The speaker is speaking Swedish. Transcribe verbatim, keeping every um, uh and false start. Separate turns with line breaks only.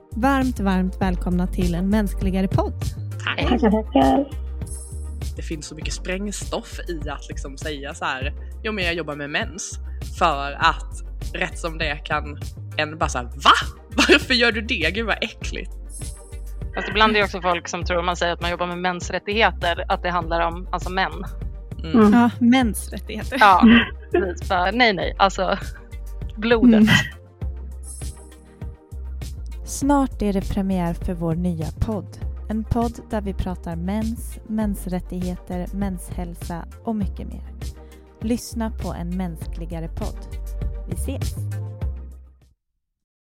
Varmt, varmt välkomna till en mänskligare podd.
Tackar, tackar. Det finns så mycket sprängstoff i att liksom säga så här, jo men jag jobbar med mens. För att rätt som det kan en bara så här, va? Varför gör du det? Gud vad äckligt.
Fast ibland är det också folk som tror, om man säger att man jobbar med mensrättigheter, att det handlar om alltså män.
Mm. Ja, mensrättigheter.
Ja, precis. För, nej, nej, alltså blodet. Mm.
Snart är det premiär för vår nya podd. En podd där vi pratar mens, mensrättigheter, menshälsa och mycket mer. Lyssna på en mänskligare podd. Vi ses!